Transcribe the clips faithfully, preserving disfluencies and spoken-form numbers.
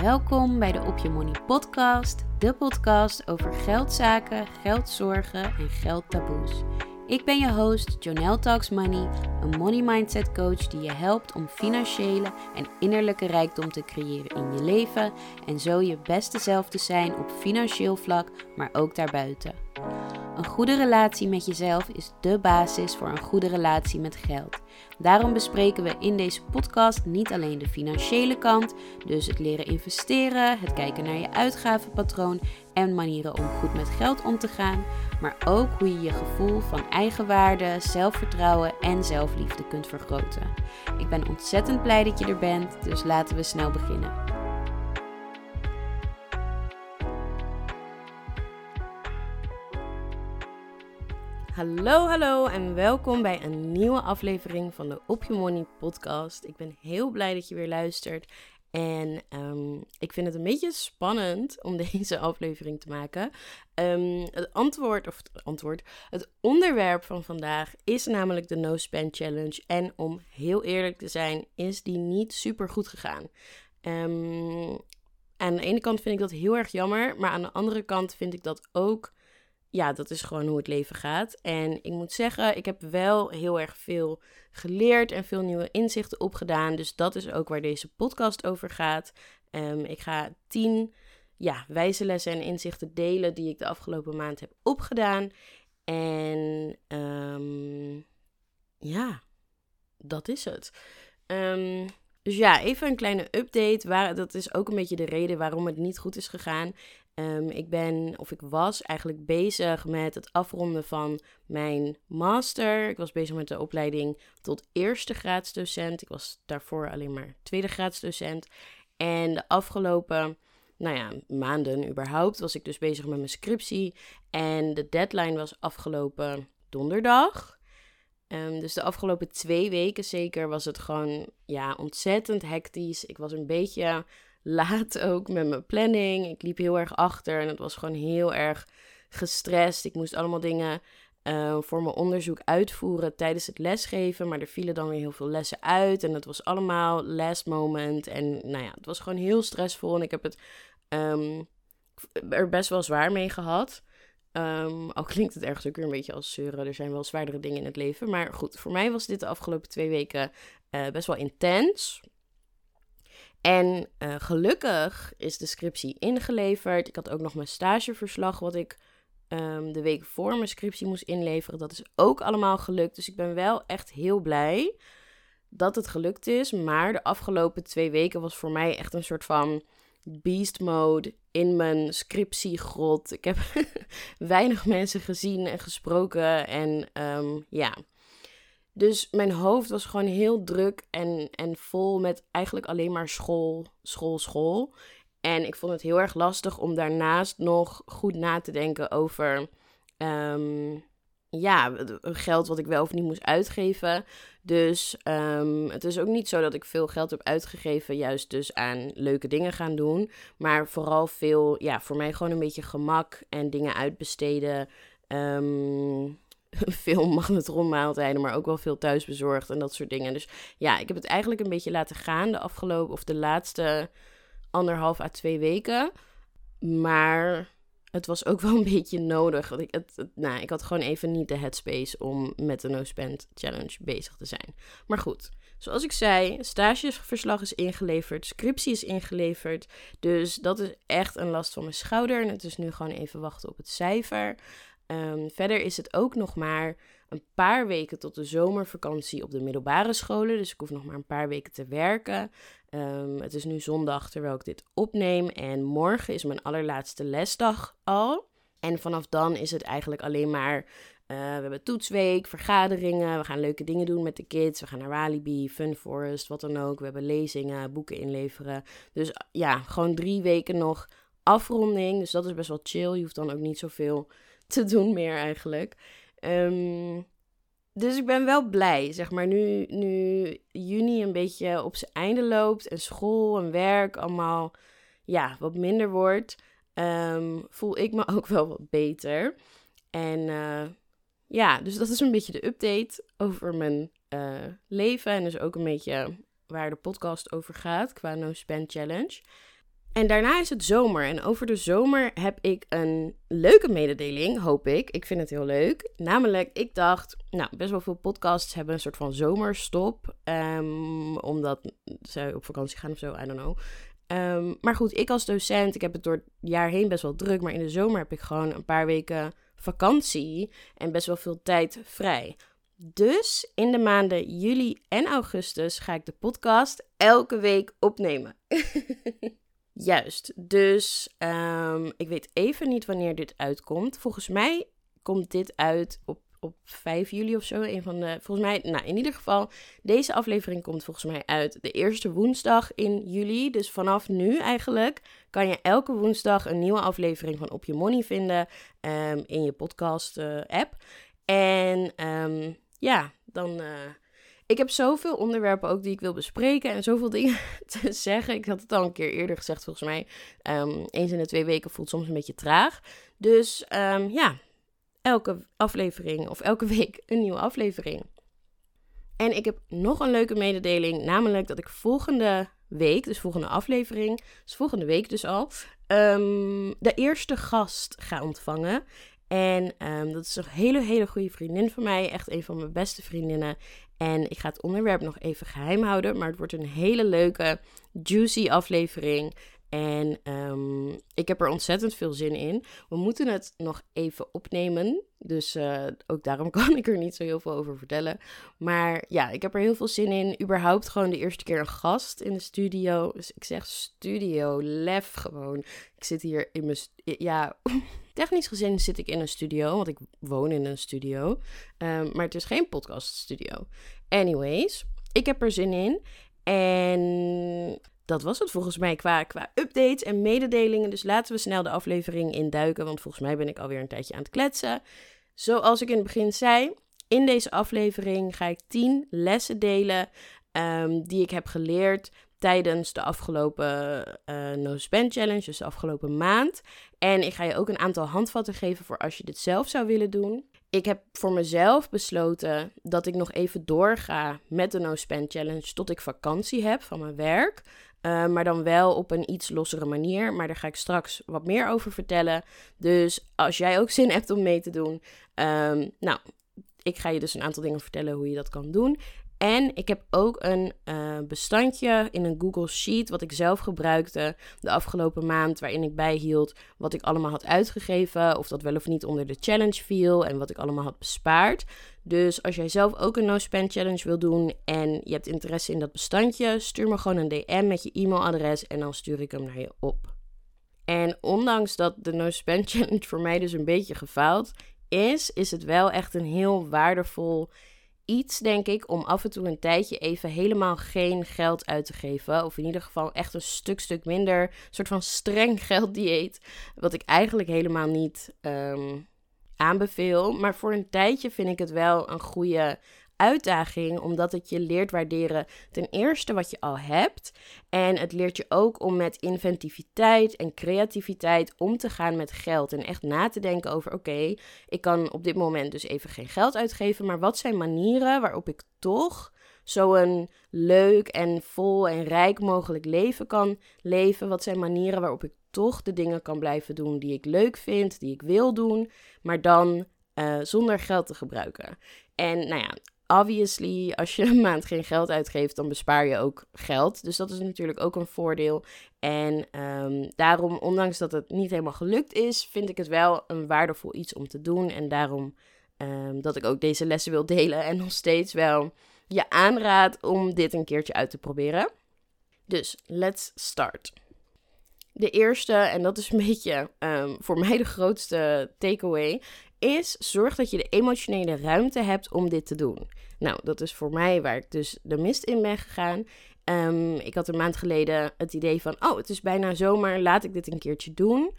Welkom bij de Op Je Money podcast, de podcast over geldzaken, geldzorgen en geldtaboes. Ik ben je host Jonelle Talks Money, een money mindset coach die je helpt om financiële en innerlijke rijkdom te creëren in je leven en zo je beste zelf te zijn op financieel vlak, maar ook daarbuiten. Een goede relatie met jezelf is dé basis voor een goede relatie met geld. Daarom bespreken we in deze podcast niet alleen de financiële kant, dus het leren investeren, het kijken naar je uitgavenpatroon en manieren om goed met geld om te gaan, maar ook hoe je je gevoel van eigenwaarde, zelfvertrouwen en zelfliefde kunt vergroten. Ik ben ontzettend blij dat je er bent, dus laten we snel beginnen. Hallo, hallo en welkom bij een nieuwe aflevering van de Op Je Money podcast. Ik ben heel blij dat je weer luistert en um, ik vind het een beetje spannend om deze aflevering te maken. Um, het antwoord, of het antwoord, het onderwerp van vandaag is namelijk de No Spend Challenge. En om heel eerlijk te zijn, is die niet super goed gegaan. Um, aan de ene kant vind ik dat heel erg jammer, maar aan de andere kant vind ik dat ook... Ja, dat is gewoon hoe het leven gaat. En ik moet zeggen, ik heb wel heel erg veel geleerd en veel nieuwe inzichten opgedaan. Dus dat is ook waar deze podcast over gaat. Um, ik ga tien ja, wijze lessen en inzichten delen die ik de afgelopen maand heb opgedaan. En um, ja, dat is het. Um, dus ja, even een kleine update. Waar, dat is ook een beetje de reden waarom het niet goed is gegaan. Um, ik ben, of ik was eigenlijk bezig met het afronden van mijn master. Ik was bezig met de opleiding tot eerste graadsdocent. Ik was daarvoor alleen maar tweede graadsdocent. En de afgelopen, nou ja, maanden überhaupt was ik dus bezig met mijn scriptie. En de deadline was afgelopen donderdag. Um, dus de afgelopen twee weken zeker was het gewoon, ja, ontzettend hectisch. Ik was een beetje... laat ook met mijn planning. Ik liep heel erg achter en het was gewoon heel erg gestrest. Ik moest allemaal dingen uh, voor mijn onderzoek uitvoeren tijdens het lesgeven. Maar er vielen dan weer heel veel lessen uit. En het was allemaal last moment. En nou ja, het was gewoon heel stressvol. En ik heb het um, er best wel zwaar mee gehad. Um, al klinkt het ergens ook weer een beetje als zeuren. Er zijn wel zwaardere dingen in het leven. Maar goed, voor mij was dit de afgelopen twee weken uh, best wel intens. En uh, gelukkig is de scriptie ingeleverd. Ik had ook nog mijn stageverslag wat ik um, de week voor mijn scriptie moest inleveren. Dat is ook allemaal gelukt. Dus ik ben wel echt heel blij dat het gelukt is. Maar de afgelopen twee weken was voor mij echt een soort van beast mode in mijn scriptiegrot. Ik heb weinig mensen gezien en gesproken en um, ja... Dus mijn hoofd was gewoon heel druk en, en vol met eigenlijk alleen maar school, school, school. En ik vond het heel erg lastig om daarnaast nog goed na te denken over um, ja, geld wat ik wel of niet moest uitgeven. Dus um, het is ook niet zo dat ik veel geld heb uitgegeven juist dus aan leuke dingen gaan doen. Maar vooral veel, ja, voor mij gewoon een beetje gemak en dingen uitbesteden. Um, Veel magnetronmaaltijden, maar ook wel veel thuisbezorgd en dat soort dingen. Dus ja, ik heb het eigenlijk een beetje laten gaan de afgelopen of de laatste anderhalf à twee weken. Maar het was ook wel een beetje nodig. Want ik, het, het, nou, ik had gewoon even niet de headspace om met de No Spend Challenge bezig te zijn. Maar goed, zoals ik zei, stageverslag is ingeleverd, scriptie is ingeleverd. Dus dat is echt een last van mijn schouder. En het is nu gewoon even wachten op het cijfer. Um, verder is het ook nog maar een paar weken tot de zomervakantie op de middelbare scholen. Dus ik hoef nog maar een paar weken te werken. Um, het is nu zondag terwijl ik dit opneem. En morgen is mijn allerlaatste lesdag al. En vanaf dan is het eigenlijk alleen maar... Uh, we hebben toetsweek, vergaderingen. We gaan leuke dingen doen met de kids. We gaan naar Walibi, Fun Forest, wat dan ook. We hebben lezingen, boeken inleveren. Dus ja, gewoon drie weken nog afronding. Dus dat is best wel chill. Je hoeft dan ook niet zoveel... te doen meer eigenlijk. Um, dus ik ben wel blij, zeg maar, nu, nu juni een beetje op zijn einde loopt en school en werk allemaal, ja, wat minder wordt, um, voel ik me ook wel wat beter. En uh, ja, dus dat is een beetje de update over mijn uh, leven en dus ook een beetje waar de podcast over gaat qua No Spend Challenge. En daarna is het zomer. En over de zomer heb ik een leuke mededeling, hoop ik. Ik vind het heel leuk. Namelijk, ik dacht, nou, best wel veel podcasts hebben een soort van zomerstop. Um, omdat ze op vakantie gaan of zo, I don't know. Um, maar goed, ik als docent, ik heb het door het jaar heen best wel druk. Maar in de zomer heb ik gewoon een paar weken vakantie en best wel veel tijd vrij. Dus in de maanden juli en augustus ga ik de podcast elke week opnemen. Juist, dus um, ik weet even niet wanneer dit uitkomt. Volgens mij komt dit uit op, op vijf juli of zo. Een van de, volgens mij, nou in ieder geval, deze aflevering komt volgens mij uit de eerste woensdag in juli. Dus vanaf nu eigenlijk kan je elke woensdag een nieuwe aflevering van Op Je Money vinden um, in je podcast uh, app. En um, ja, dan... Uh, Ik heb zoveel onderwerpen ook die ik wil bespreken en zoveel dingen te zeggen. Ik had het al een keer eerder gezegd volgens mij. Um, eens in de twee weken voelt soms een beetje traag. Dus um, ja, elke aflevering of elke week een nieuwe aflevering. En ik heb nog een leuke mededeling. Namelijk dat ik volgende week, dus volgende aflevering, dus volgende week dus al, um, de eerste gast ga ontvangen. En um, dat is een hele, hele goede vriendin van mij. Echt een van mijn beste vriendinnen. En ik ga het onderwerp nog even geheim houden. Maar het wordt een hele leuke, juicy aflevering. En um, ik heb er ontzettend veel zin in. We moeten het nog even opnemen. Dus uh, ook daarom kan ik er niet zo heel veel over vertellen. Maar ja, ik heb er heel veel zin in. Überhaupt gewoon de eerste keer een gast in de studio. Dus ik zeg studio, lef gewoon. Ik zit hier in mijn... Stu- ja, technisch gezien zit ik in een studio. Want ik woon in een studio. Um, maar het is geen podcaststudio. Anyways, ik heb er zin in. En... dat was het volgens mij qua, qua updates en mededelingen. Dus laten we snel de aflevering induiken. Want volgens mij ben ik alweer een tijdje aan het kletsen. Zoals ik in het begin zei. In deze aflevering ga ik tien lessen delen. Um, die ik heb geleerd tijdens de afgelopen uh, No Spend Challenge. Dus de afgelopen maand. En ik ga je ook een aantal handvatten geven voor als je dit zelf zou willen doen. Ik heb voor mezelf besloten dat ik nog even doorga met de No Spend Challenge tot ik vakantie heb van mijn werk. Uh, maar dan wel op een iets lossere manier. Maar daar ga ik straks wat meer over vertellen. Dus als jij ook zin hebt om mee te doen. Um, nou, ik ga je dus een aantal dingen vertellen hoe je dat kan doen. En ik heb ook een uh, bestandje in een Google Sheet wat ik zelf gebruikte de afgelopen maand. Waarin ik bijhield wat ik allemaal had uitgegeven. Of dat wel of niet onder de challenge viel. En wat ik allemaal had bespaard. Dus als jij zelf ook een No Spend Challenge wil doen en je hebt interesse in dat bestandje, stuur me gewoon een D M met je e-mailadres en dan stuur ik hem naar je op. En ondanks dat de No Spend Challenge voor mij dus een beetje gefaald is, is het wel echt een heel waardevol iets, denk ik, om af en toe een tijdje even helemaal geen geld uit te geven. Of in ieder geval echt een stuk, stuk minder, een soort van streng gelddieet, wat ik eigenlijk helemaal niet... Um, aanbeveel, maar voor een tijdje vind ik het wel een goede uitdaging, omdat het je leert waarderen ten eerste wat je al hebt en het leert je ook om met inventiviteit en creativiteit om te gaan met geld en echt na te denken over oké, okay, ik kan op dit moment dus even geen geld uitgeven, maar wat zijn manieren waarop ik toch zo'n leuk en vol en rijk mogelijk leven kan leven? Wat zijn manieren waarop ik toch de dingen kan blijven doen die ik leuk vind, die ik wil doen, maar dan uh, zonder geld te gebruiken? En nou ja, obviously, als je een maand geen geld uitgeeft, dan bespaar je ook geld. Dus dat is natuurlijk ook een voordeel. En um, daarom, ondanks dat het niet helemaal gelukt is, vind ik het wel een waardevol iets om te doen. En daarom um, dat ik ook deze lessen wil delen en nog steeds wel je aanraad om dit een keertje uit te proberen. Dus, let's start. De eerste, en dat is een beetje um, voor mij de grootste takeaway, is zorg dat je de emotionele ruimte hebt om dit te doen. Nou, dat is voor mij waar ik dus de mist in ben gegaan. Um, ik had een maand geleden het idee van, oh, het is bijna zomer, laat ik dit een keertje doen.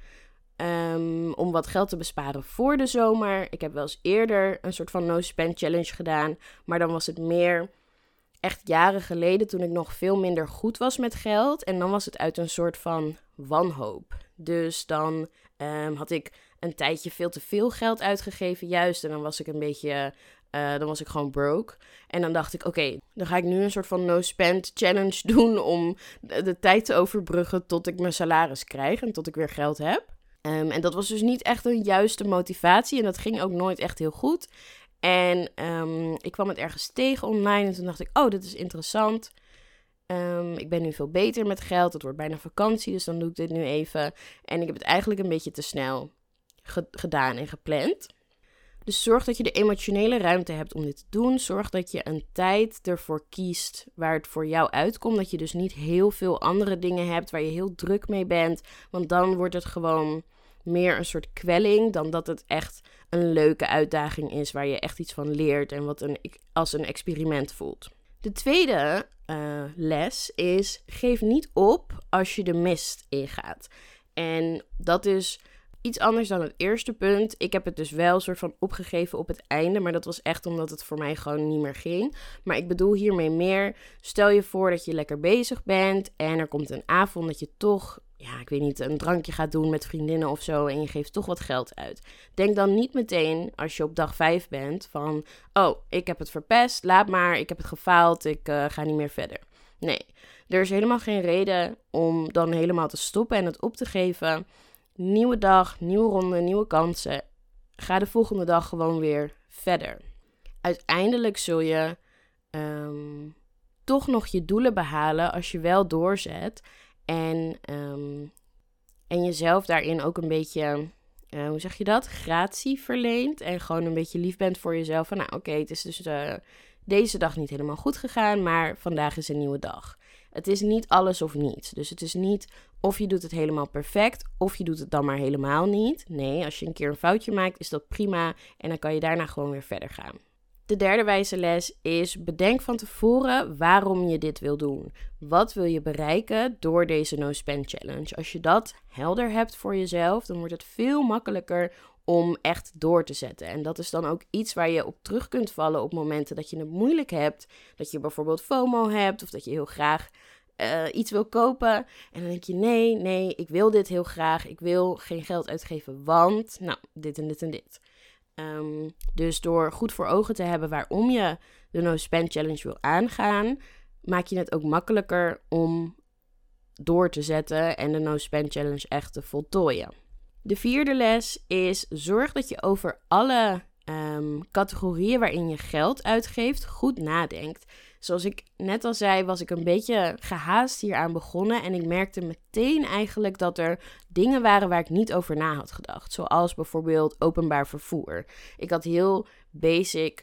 Um, om wat geld te besparen voor de zomer. Ik heb wel eens eerder een soort van No Spend Challenge gedaan, maar dan was het meer echt jaren geleden toen ik nog veel minder goed was met geld. En dan was het uit een soort van wanhoop. Dus dan um, had ik een tijdje veel te veel geld uitgegeven juist. En dan was ik een beetje Uh, dan was ik gewoon broke. En dan dacht ik, oké, okay, dan ga ik nu een soort van no-spend challenge doen om de, de tijd te overbruggen tot ik mijn salaris krijg en tot ik weer geld heb. Um, en dat was dus niet echt een juiste motivatie en dat ging ook nooit echt heel goed. En um, ik kwam het ergens tegen online en toen dacht ik, oh, dit is interessant. Um, ik ben nu veel beter met geld, het wordt bijna vakantie, dus dan doe ik dit nu even. En ik heb het eigenlijk een beetje te snel ge- gedaan en gepland. Dus zorg dat je de emotionele ruimte hebt om dit te doen. Zorg dat je een tijd ervoor kiest waar het voor jou uitkomt. Dat je dus niet heel veel andere dingen hebt waar je heel druk mee bent. Want dan wordt het gewoon meer een soort kwelling dan dat het echt een leuke uitdaging is waar je echt iets van leert en wat een, als een experiment voelt. De tweede uh, les is, geef niet op als je de mist ingaat. En dat is iets anders dan het eerste punt. Ik heb het dus wel een soort van opgegeven op het einde, maar dat was echt omdat het voor mij gewoon niet meer ging. Maar ik bedoel hiermee meer, stel je voor dat je lekker bezig bent en er komt een avond dat je toch, ja, ik weet niet, een drankje gaat doen met vriendinnen of zo en je geeft toch wat geld uit. Denk dan niet meteen, als je op dag vijf bent, van, oh, ik heb het verpest, laat maar, ik heb het gefaald, ik uh, ga niet meer verder. Nee, er is helemaal geen reden om dan helemaal te stoppen en het op te geven. Nieuwe dag, nieuwe ronde, nieuwe kansen. Ga de volgende dag gewoon weer verder. Uiteindelijk zul je um, toch nog je doelen behalen als je wel doorzet. En, um, en jezelf daarin ook een beetje, uh, hoe zeg je dat? Gratie verleent. En gewoon een beetje lief bent voor jezelf. Van nou oké, okay, het is dus uh, deze dag niet helemaal goed gegaan, maar vandaag is een nieuwe dag. Het is niet alles of niets. Dus het is niet of je doet het helemaal perfect of je doet het dan maar helemaal niet. Nee, als je een keer een foutje maakt is dat prima en dan kan je daarna gewoon weer verder gaan. De derde wijze les is, bedenk van tevoren waarom je dit wil doen. Wat wil je bereiken door deze no-spend challenge? Als je dat helder hebt voor jezelf, dan wordt het veel makkelijker om echt door te zetten. En dat is dan ook iets waar je op terug kunt vallen op momenten dat je het moeilijk hebt. Dat je bijvoorbeeld FOMO hebt of dat je heel graag uh, iets wil kopen. En dan denk je, nee, nee, ik wil dit heel graag. Ik wil geen geld uitgeven, want, nou, dit en dit en dit. Um, dus door goed voor ogen te hebben waarom je de no-spend challenge wil aangaan, maak je het ook makkelijker om door te zetten en de no-spend challenge echt te voltooien. De vierde les is, zorg dat je over alle um, categorieën waarin je geld uitgeeft goed nadenkt. Zoals ik net al zei, was ik een beetje gehaast hieraan begonnen en ik merkte meteen eigenlijk dat er dingen waren waar ik niet over na had gedacht. Zoals bijvoorbeeld openbaar vervoer. Ik had heel basic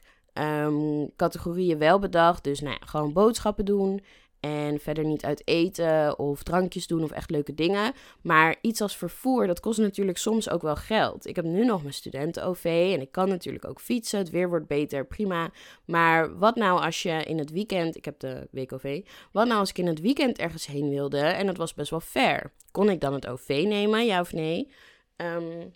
um, categorieën wel bedacht, dus nou ja, gewoon boodschappen doen. En verder niet uit eten of drankjes doen of echt leuke dingen. Maar iets als vervoer, dat kost natuurlijk soms ook wel geld. Ik heb nu nog mijn studenten-O V en ik kan natuurlijk ook fietsen. Het weer wordt beter, prima. Maar wat nou als je in het weekend, ik heb de week-O V. Wat nou als ik in het weekend ergens heen wilde en dat was best wel ver? Kon ik dan het O V nemen, ja of nee? Um,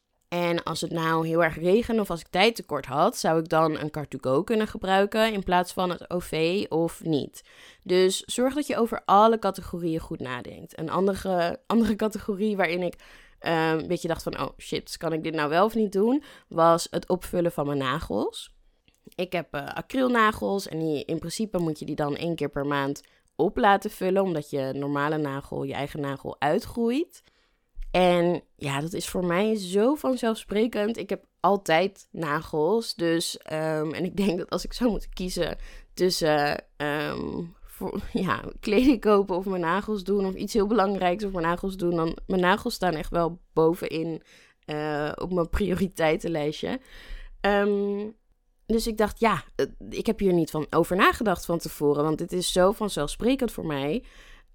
En als het nou heel erg regende of als ik tijdtekort had, zou ik dan een car to go kunnen gebruiken in plaats van het O V of niet. Dus zorg dat je over alle categorieën goed nadenkt. Een andere, andere categorie waarin ik uh, een beetje dacht van, oh shit, kan ik dit nou wel of niet doen, was het opvullen van mijn nagels. Ik heb uh, acrylnagels en die, in principe moet je die dan één keer per maand op laten vullen, omdat je normale nagel, je eigen nagel uitgroeit. En ja, dat is voor mij zo vanzelfsprekend. Ik heb altijd nagels. Dus, um, en ik denk dat als ik zou moeten kiezen tussen um, voor, ja, kleding kopen of mijn nagels doen, of iets heel belangrijks of mijn nagels doen, dan mijn nagels staan echt wel bovenin uh, op mijn prioriteitenlijstje. Um, dus ik dacht, ja, ik heb hier niet van over nagedacht van tevoren, want dit is zo vanzelfsprekend voor mij.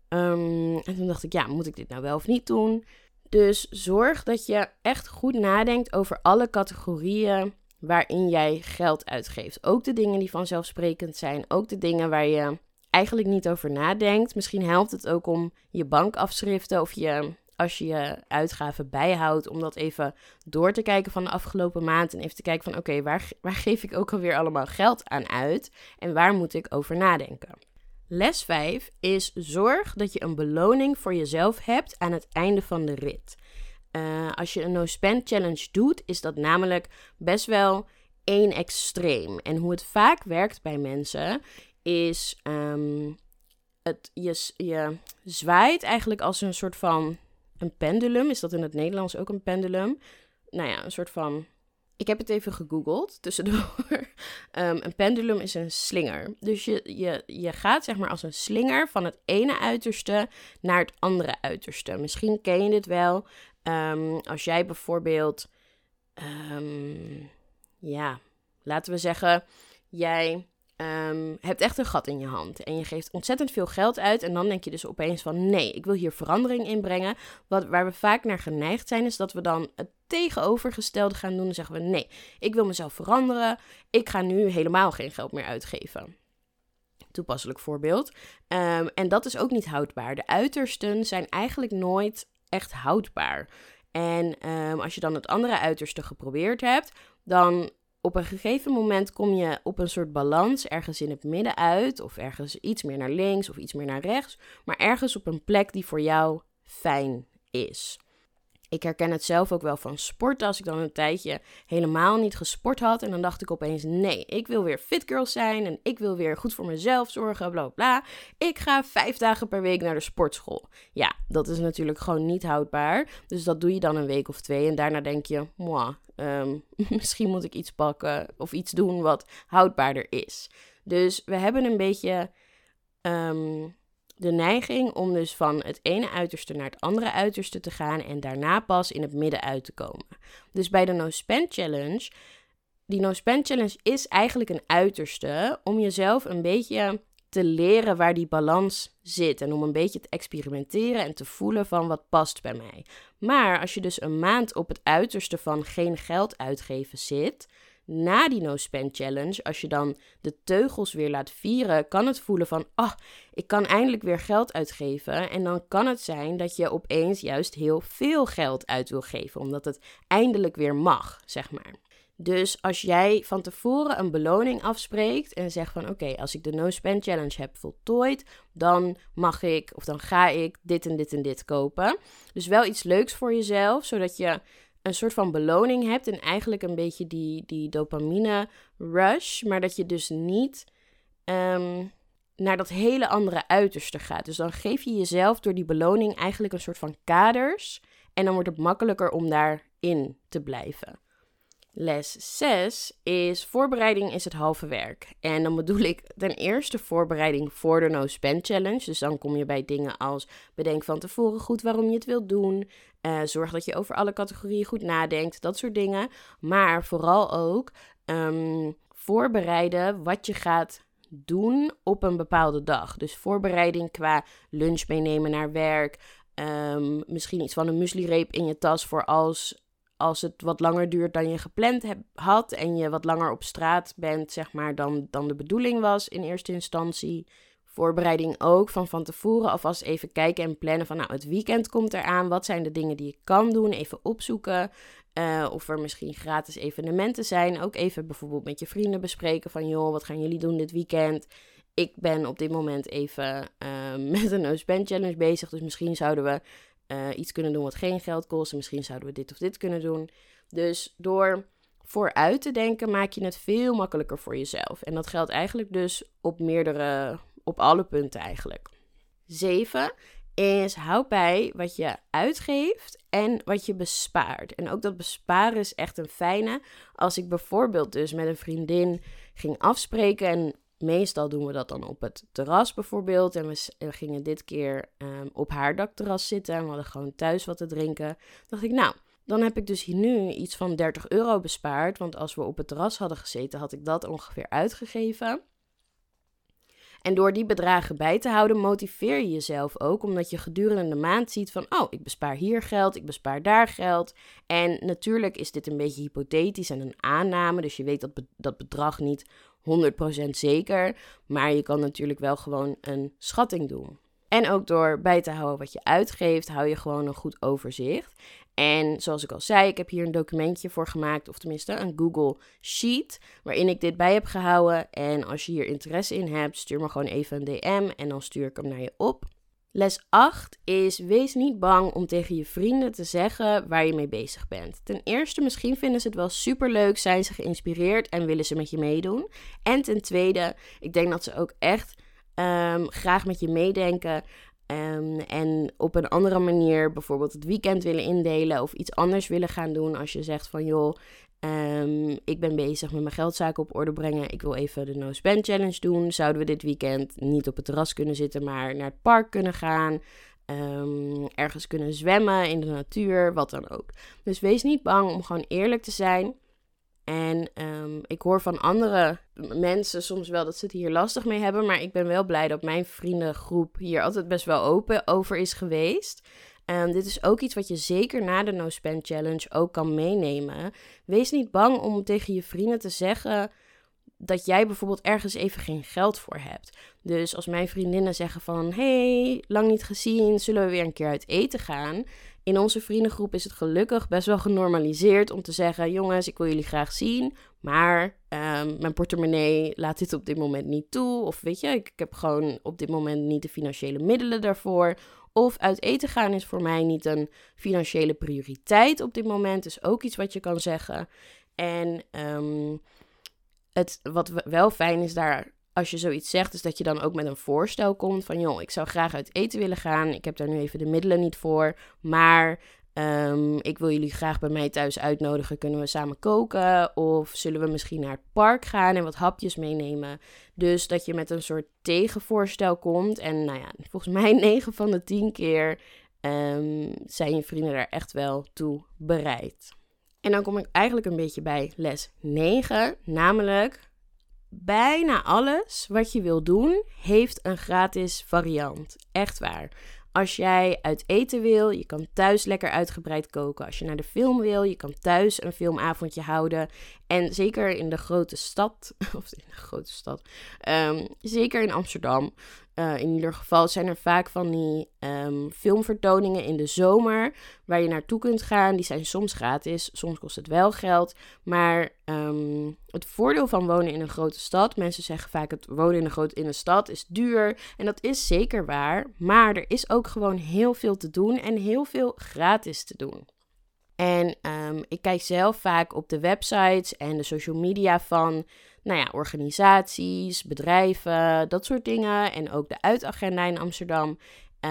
Um, en toen dacht ik, ja, moet ik dit nou wel of niet doen? Dus zorg dat je echt goed nadenkt over alle categorieën waarin jij geld uitgeeft. Ook de dingen die vanzelfsprekend zijn. Ook de dingen waar je eigenlijk niet over nadenkt. Misschien helpt het ook om je bankafschriften of je, als je je uitgaven bijhoudt, om dat even door te kijken van de afgelopen maand. En even te kijken van oké, okay, waar, waar geef ik ook alweer allemaal geld aan uit? En waar moet ik over nadenken? Les vijf is zorg dat je een beloning voor jezelf hebt aan het einde van de rit. Uh, als je een no-spend challenge doet, is dat namelijk best wel één extreem. En hoe het vaak werkt bij mensen is, um, het, je, je zwaait eigenlijk als een soort van een pendulum. Is dat in het Nederlands ook een pendulum? Nou ja, een soort van... Ik heb het even gegoogeld, tussendoor. um, een pendulum is een slinger. Dus je, je, je gaat zeg maar als een slinger van het ene uiterste naar het andere uiterste. Misschien ken je dit wel. Um, als jij bijvoorbeeld... Um, ja, laten we zeggen... Jij um, hebt echt een gat in je hand. En je geeft ontzettend veel geld uit. En dan denk je dus opeens van... Nee, ik wil hier verandering in brengen. Wat, waar we vaak naar geneigd zijn, is dat we dan... het tegenovergestelde gaan doen, dan zeggen we nee, ik wil mezelf veranderen, ik ga nu helemaal geen geld meer uitgeven. Toepasselijk voorbeeld. Um, en dat is ook niet houdbaar. De uitersten zijn eigenlijk nooit echt houdbaar. En um, als je dan het andere uiterste geprobeerd hebt, dan op een gegeven moment kom je op een soort balans ergens in het midden uit, of ergens iets meer naar links of iets meer naar rechts, maar ergens op een plek die voor jou fijn is. Ik herken het zelf ook wel van sporten. Als ik dan een tijdje helemaal niet gesport had. En dan dacht ik opeens, nee, ik wil weer fit girl zijn. En ik wil weer goed voor mezelf zorgen, bla bla. Ik ga vijf dagen per week naar de sportschool. Ja, dat is natuurlijk gewoon niet houdbaar. Dus dat doe je dan een week of twee. En daarna denk je, moi, um, misschien moet ik iets pakken of iets doen wat houdbaarder is. Dus we hebben een beetje... Um, de neiging om dus van het ene uiterste naar het andere uiterste te gaan en daarna pas in het midden uit te komen. Dus bij de No Spend Challenge, die No Spend Challenge is eigenlijk een uiterste om jezelf een beetje te leren waar die balans zit en om een beetje te experimenteren en te voelen van wat past bij mij. Maar als je dus een maand op het uiterste van geen geld uitgeven zit, na die No Spend Challenge, als je dan de teugels weer laat vieren, kan het voelen van, ah, oh, ik kan eindelijk weer geld uitgeven. En dan kan het zijn dat je opeens juist heel veel geld uit wil geven, omdat het eindelijk weer mag, zeg maar. Dus als jij van tevoren een beloning afspreekt en zegt van, oké, okay, als ik de No Spend Challenge heb voltooid, dan mag ik, of dan ga ik dit en dit en dit kopen. Dus wel iets leuks voor jezelf, zodat je een soort van beloning hebt en eigenlijk een beetje die, die dopamine rush, maar dat je dus niet um, naar dat hele andere uiterste gaat. Dus dan geef je jezelf door die beloning eigenlijk een soort van kaders en dan wordt het makkelijker om daarin te blijven. Les zes is voorbereiding is het halve werk. En dan bedoel ik ten eerste voorbereiding voor de No Spend Challenge. Dus dan kom je bij dingen als bedenk van tevoren goed waarom je het wilt doen. Uh, zorg dat je over alle categorieën goed nadenkt. Dat soort dingen. Maar vooral ook um, voorbereiden wat je gaat doen op een bepaalde dag. Dus voorbereiding qua lunch meenemen naar werk. Um, misschien iets van een mueslireep in je tas voor als... Als het wat langer duurt dan je gepland heb, had en je wat langer op straat bent, zeg maar, dan, dan de bedoeling was in eerste instantie. Voorbereiding ook van van tevoren alvast even kijken en plannen van, nou, het weekend komt eraan. Wat zijn de dingen die ik kan doen? Even opzoeken. Uh, of er misschien gratis evenementen zijn. Ook even bijvoorbeeld met je vrienden bespreken van, joh, wat gaan jullie doen dit weekend? Ik ben op dit moment even uh, met een No Spend Challenge bezig, dus misschien zouden we... Uh, iets kunnen doen wat geen geld kost. En misschien zouden we dit of dit kunnen doen. Dus door vooruit te denken maak je het veel makkelijker voor jezelf. En dat geldt eigenlijk dus op meerdere, op alle punten eigenlijk. Zeven is hou bij wat je uitgeeft en wat je bespaart. En ook dat besparen is echt een fijne. Als ik bijvoorbeeld dus met een vriendin ging afspreken en... Meestal doen we dat dan op het terras bijvoorbeeld. En we, we gingen dit keer um, op haar dakterras zitten. En we hadden gewoon thuis wat te drinken. Dacht ik, nou, dan heb ik dus hier nu iets van dertig euro bespaard. Want als we op het terras hadden gezeten, had ik dat ongeveer uitgegeven. En door die bedragen bij te houden, motiveer je jezelf ook. Omdat je gedurende de maand ziet van, oh, ik bespaar hier geld, ik bespaar daar geld. En natuurlijk is dit een beetje hypothetisch en een aanname. Dus je weet dat, be- dat bedrag niet honderd procent zeker. Maar je kan natuurlijk wel gewoon een schatting doen. En ook door bij te houden wat je uitgeeft, hou je gewoon een goed overzicht. En zoals ik al zei, ik heb hier een documentje voor gemaakt, of tenminste een Google Sheet, waarin ik dit bij heb gehouden. En als je hier interesse in hebt, stuur me gewoon even een D M en dan stuur ik hem naar je op. Les acht is, wees niet bang om tegen je vrienden te zeggen waar je mee bezig bent. Ten eerste, misschien vinden ze het wel superleuk, zijn ze geïnspireerd en willen ze met je meedoen. En ten tweede, ik denk dat ze ook echt um, graag met je meedenken um, en op een andere manier bijvoorbeeld het weekend willen indelen of iets anders willen gaan doen als je zegt van joh, Um, ik ben bezig met mijn geldzaken op orde brengen. Ik wil even de No Spend Challenge doen. Zouden we dit weekend niet op het terras kunnen zitten, maar naar het park kunnen gaan? Um, ergens kunnen zwemmen in de natuur, wat dan ook. Dus wees niet bang om gewoon eerlijk te zijn. En um, ik hoor van andere mensen soms wel dat ze het hier lastig mee hebben. Maar ik ben wel blij dat mijn vriendengroep hier altijd best wel open over is geweest. Um, dit is ook iets wat je zeker na de No Spend Challenge ook kan meenemen. Wees niet bang om tegen je vrienden te zeggen dat jij bijvoorbeeld ergens even geen geld voor hebt. Dus als mijn vriendinnen zeggen van, hey, lang niet gezien, zullen we weer een keer uit eten gaan? In onze vriendengroep is het gelukkig best wel genormaliseerd om te zeggen, jongens, ik wil jullie graag zien, maar um, mijn portemonnee laat dit op dit moment niet toe. Of weet je, ik, ik heb gewoon op dit moment niet de financiële middelen daarvoor. Of uit eten gaan is voor mij niet een financiële prioriteit op dit moment. Is ook iets wat je kan zeggen. En um, het, wat wel fijn is daar, als je zoiets zegt, is dat je dan ook met een voorstel komt van, joh, ik zou graag uit eten willen gaan. Ik heb daar nu even de middelen niet voor, maar um, ik wil jullie graag bij mij thuis uitnodigen. Kunnen we samen koken? Of zullen we misschien naar het park gaan en wat hapjes meenemen? Dus dat je met een soort tegenvoorstel komt. En nou ja, volgens mij negen van de tien keer um, zijn je vrienden daar echt wel toe bereid. En dan kom ik eigenlijk een beetje bij les negen, namelijk bijna alles wat je wil doen heeft een gratis variant. Echt waar. Als jij uit eten wil, je kan thuis lekker uitgebreid koken. Als je naar de film wil, je kan thuis een filmavondje houden. En zeker in de grote stad, of in de grote stad, um, zeker in Amsterdam, uh, in ieder geval zijn er vaak van die um, filmvertoningen in de zomer waar je naartoe kunt gaan. Die zijn soms gratis, soms kost het wel geld. Maar um, het voordeel van wonen in een grote stad, mensen zeggen vaak het wonen in een, grote, in een stad is duur. En dat is zeker waar, maar er is ook gewoon heel veel te doen en heel veel gratis te doen. En um, ik kijk zelf vaak op de websites en de social media van, nou ja, organisaties, bedrijven, dat soort dingen. En ook de uitagenda in Amsterdam,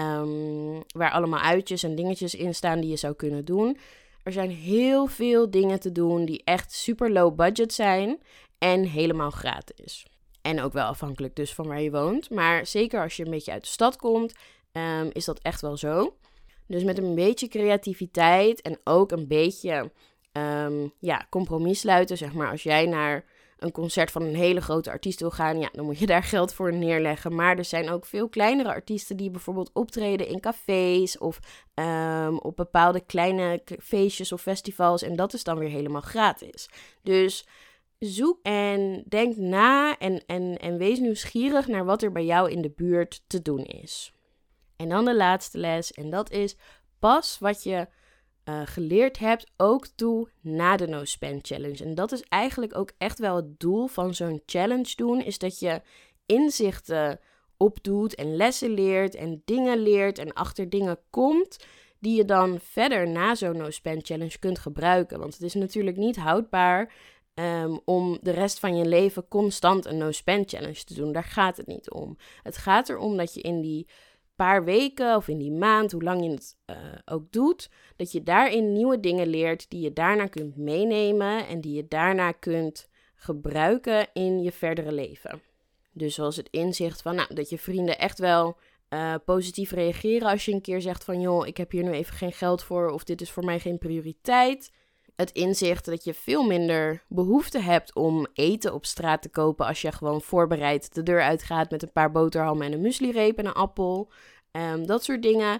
um, waar allemaal uitjes en dingetjes in staan die je zou kunnen doen. Er zijn heel veel dingen te doen die echt super low budget zijn en helemaal gratis. En ook wel afhankelijk dus van waar je woont. Maar zeker als je een beetje uit de stad komt, um, is dat echt wel zo. Dus met een beetje creativiteit en ook een beetje um, ja, compromis sluiten. Zeg maar, als jij naar een concert van een hele grote artiest wil gaan, ja, dan moet je daar geld voor neerleggen. Maar er zijn ook veel kleinere artiesten die bijvoorbeeld optreden in cafés of um, op bepaalde kleine feestjes of festivals. En dat is dan weer helemaal gratis. Dus zoek en denk na en, en, en wees nieuwsgierig naar wat er bij jou in de buurt te doen is. En dan de laatste les, en dat is, pas wat je uh, geleerd hebt ook toe na de No Spend Challenge. En dat is eigenlijk ook echt wel het doel van zo'n challenge doen, is dat je inzichten opdoet en lessen leert en dingen leert en achter dingen komt die je dan verder na zo'n No Spend Challenge kunt gebruiken. Want het is natuurlijk niet houdbaar Um, om de rest van je leven constant een No Spend Challenge te doen. Daar gaat het niet om. Het gaat erom dat je in die paar weken of in die maand, hoe lang je het uh, ook doet, dat je daarin nieuwe dingen leert die je daarna kunt meenemen en die je daarna kunt gebruiken in je verdere leven. Dus zoals het inzicht van, nou, dat je vrienden echt wel uh, positief reageren als je een keer zegt van, joh, ik heb hier nu even geen geld voor of dit is voor mij geen prioriteit. Het inzicht dat je veel minder behoefte hebt om eten op straat te kopen als je gewoon voorbereid de deur uitgaat met een paar boterhammen en een mueslireep en een appel. Um, dat soort dingen.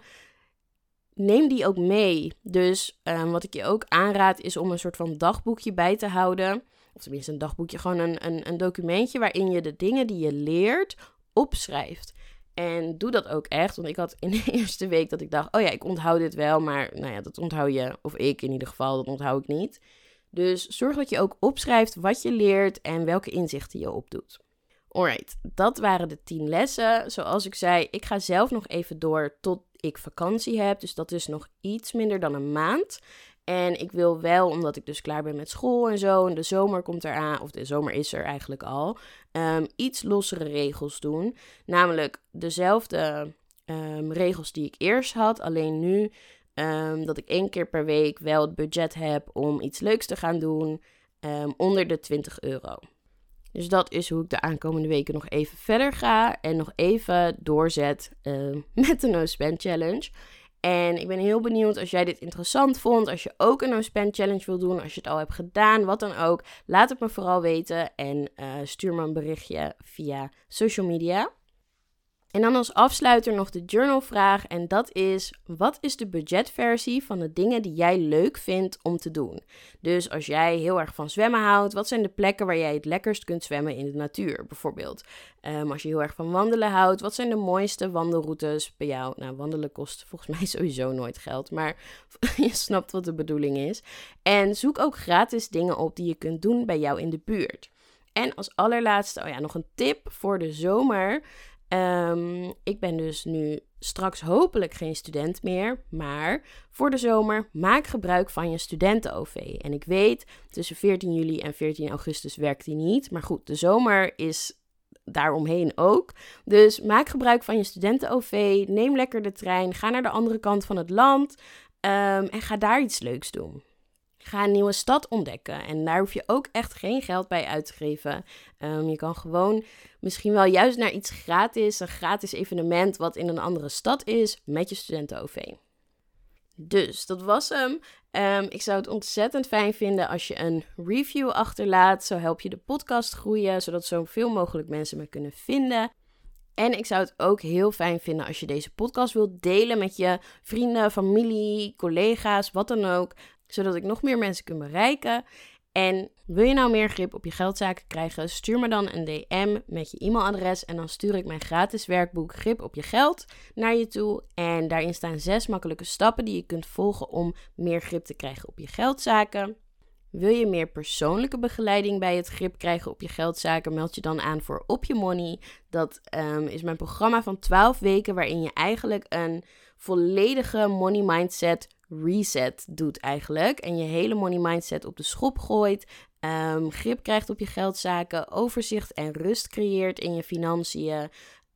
Neem die ook mee. Dus um, wat ik je ook aanraad is om een soort van dagboekje bij te houden. Of tenminste een dagboekje, gewoon een, een, een documentje waarin je de dingen die je leert opschrijft. En doe dat ook echt, want ik had in de eerste week dat ik dacht, oh ja, ik onthoud dit wel, maar nou ja, dat onthoud je, of ik in ieder geval, dat onthoud ik niet. Dus zorg dat je ook opschrijft wat je leert en welke inzichten je opdoet. Alright, dat waren de tien lessen. Zoals ik zei, ik ga zelf nog even door tot ik vakantie heb. Dus dat is nog iets minder dan een maand. En ik wil wel, omdat ik dus klaar ben met school en zo, en de zomer komt eraan, of de zomer is er eigenlijk al, um, iets lossere regels doen. Namelijk dezelfde um, regels die ik eerst had, alleen nu um, dat ik één keer per week wel het budget heb om iets leuks te gaan doen um, onder de twintig euro. Dus dat is hoe ik de aankomende weken nog even verder ga en nog even doorzet uh, met de No Spend Challenge. En ik ben heel benieuwd als jij dit interessant vond, als je ook een No Spend Challenge wil doen, als je het al hebt gedaan, wat dan ook. Laat het me vooral weten en uh, stuur me een berichtje via social media. En dan als afsluiter nog de journalvraag en dat is, wat is de budgetversie van de dingen die jij leuk vindt om te doen? Dus als jij heel erg van zwemmen houdt, wat zijn de plekken waar jij het lekkerst kunt zwemmen in de natuur bijvoorbeeld? Um, als je heel erg van wandelen houdt, wat zijn de mooiste wandelroutes bij jou? Nou, wandelen kost volgens mij sowieso nooit geld, maar je snapt wat de bedoeling is. En zoek ook gratis dingen op die je kunt doen bij jou in de buurt. En als allerlaatste, oh ja, nog een tip voor de zomer. Um, ik ben dus nu straks hopelijk geen student meer, maar voor de zomer maak gebruik van je studenten-O V. En ik weet, tussen veertien juli en veertien augustus werkt die niet, maar goed, de zomer is daaromheen ook. Dus maak gebruik van je studenten-O V, neem lekker de trein, ga naar de andere kant van het land um, en ga daar iets leuks doen. Ga een nieuwe stad ontdekken en daar hoef je ook echt geen geld bij uit te geven. Um, je kan gewoon misschien wel juist naar iets gratis, een gratis evenement wat in een andere stad is, met je studenten-O V. Dus dat was hem. Um, ik zou het ontzettend fijn vinden als je een review achterlaat. Zo help je de podcast groeien, zodat zoveel mogelijk mensen me kunnen vinden. En ik zou het ook heel fijn vinden als je deze podcast wilt delen met je vrienden, familie, collega's, wat dan ook. Zodat ik nog meer mensen kan bereiken. En wil je nou meer grip op je geldzaken krijgen? Stuur me dan een D M met je e-mailadres. En dan stuur ik mijn gratis werkboek Grip op je geld naar je toe. En daarin staan zes makkelijke stappen die je kunt volgen om meer grip te krijgen op je geldzaken. Wil je meer persoonlijke begeleiding bij het grip krijgen op je geldzaken? Meld je dan aan voor Op Je Money. Dat um, is mijn programma van twaalf weken waarin je eigenlijk een volledige money mindset reset doet eigenlijk. En je hele money mindset op de schop gooit. Um, grip krijgt op je geldzaken. Overzicht en rust creëert in je financiën.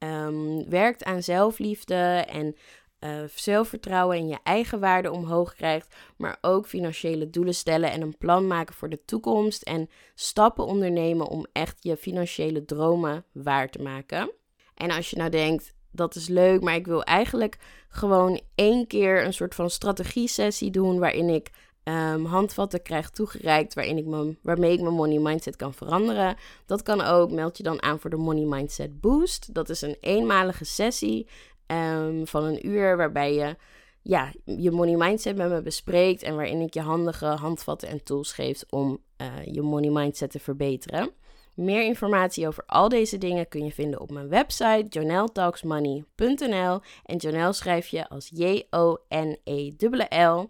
Um, werkt aan zelfliefde en uh, zelfvertrouwen en je eigen waarde omhoog krijgt. Maar ook financiële doelen stellen en een plan maken voor de toekomst. En stappen ondernemen om echt je financiële dromen waar te maken. En als je nou denkt, dat is leuk, maar ik wil eigenlijk gewoon één keer een soort van strategie-sessie doen waarin ik um, handvatten krijg toegereikt, waarin ik me, waarmee ik mijn money mindset kan veranderen. Dat kan ook. Meld je dan aan voor de Money Mindset Boost. Dat is een eenmalige sessie um, van een uur waarbij je ja, je money mindset met me bespreekt en waarin ik je handige handvatten en tools geef om uh, je money mindset te verbeteren. Meer informatie over al deze dingen kun je vinden op mijn website jonelle talks money punt n l en Jonelle schrijf je als J O N E L L.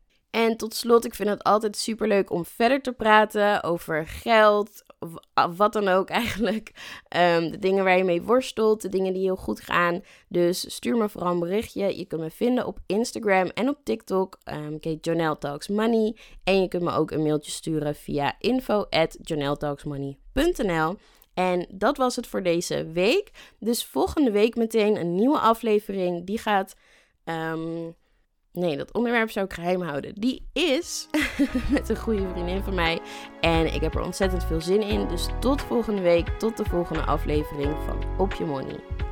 En tot slot, ik vind het altijd superleuk om verder te praten over geld, of wat dan ook eigenlijk. Um, de dingen waar je mee worstelt, de dingen die heel goed gaan. Dus stuur me vooral een berichtje. Je kunt me vinden op Instagram en op TikTok. Um, ik heet Jonelle Talks Money. En je kunt me ook een mailtje sturen via info at jonelle talks money punt n l. En dat was het voor deze week. Dus volgende week meteen een nieuwe aflevering. Die gaat... Um, Nee, dat onderwerp zou ik geheim houden. Die is met een goede vriendin van mij. En ik heb er ontzettend veel zin in. Dus tot volgende week. Tot de volgende aflevering van Op Je Money.